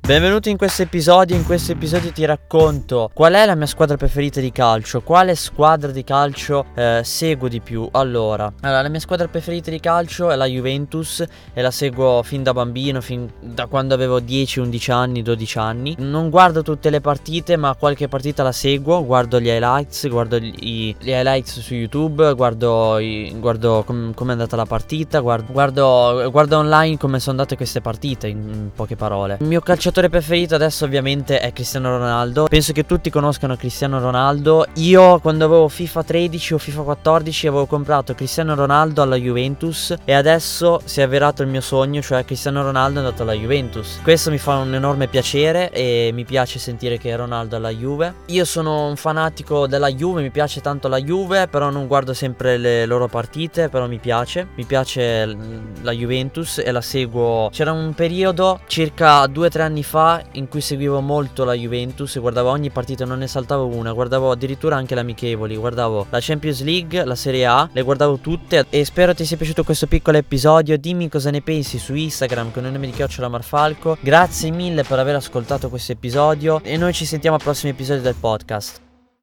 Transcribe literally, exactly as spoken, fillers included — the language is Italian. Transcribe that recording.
Benvenuti in questo episodio. In questo episodio ti racconto qual è la mia squadra preferita di calcio, quale squadra di calcio eh, seguo di più. Allora, allora, la mia squadra preferita di calcio è la Juventus e la seguo fin da bambino, fin da quando avevo dieci undici anni, dodici anni. Non guardo tutte le partite, ma qualche partita la seguo, guardo gli highlights, guardo gli, gli highlights su YouTube, guardo, i, guardo com, come è andata la partita, guardo, guardo, guardo online come sono andate queste partite, in, in poche parole. Il mio calciatore preferito adesso ovviamente è Cristiano Ronaldo. Penso che tutti conoscano Cristiano Ronaldo. Io quando avevo FIFA tredici o FIFA quattordici avevo comprato Cristiano Ronaldo alla Juventus e adesso si è avverato il mio sogno, cioè Cristiano Ronaldo è andato alla Juventus. Questo mi fa un enorme piacere e mi piace sentire che Ronaldo è alla Juve. Io sono un fanatico della Juve, mi piace tanto la Juve, però non guardo sempre le loro partite, però mi piace. Mi piace la Juventus e la seguo. C'era un periodo circa due o tre anni fa in cui seguivo molto la Juventus e guardavo ogni partita, non ne saltavo una, guardavo addirittura anche le amichevoli, guardavo la Champions League, la Serie A, le guardavo tutte. E spero ti sia piaciuto questo piccolo episodio. Dimmi cosa ne pensi su Instagram con il nome di chiocciola Marfalco. Grazie mille per aver ascoltato questo episodio e noi ci sentiamo al prossimo episodio del podcast.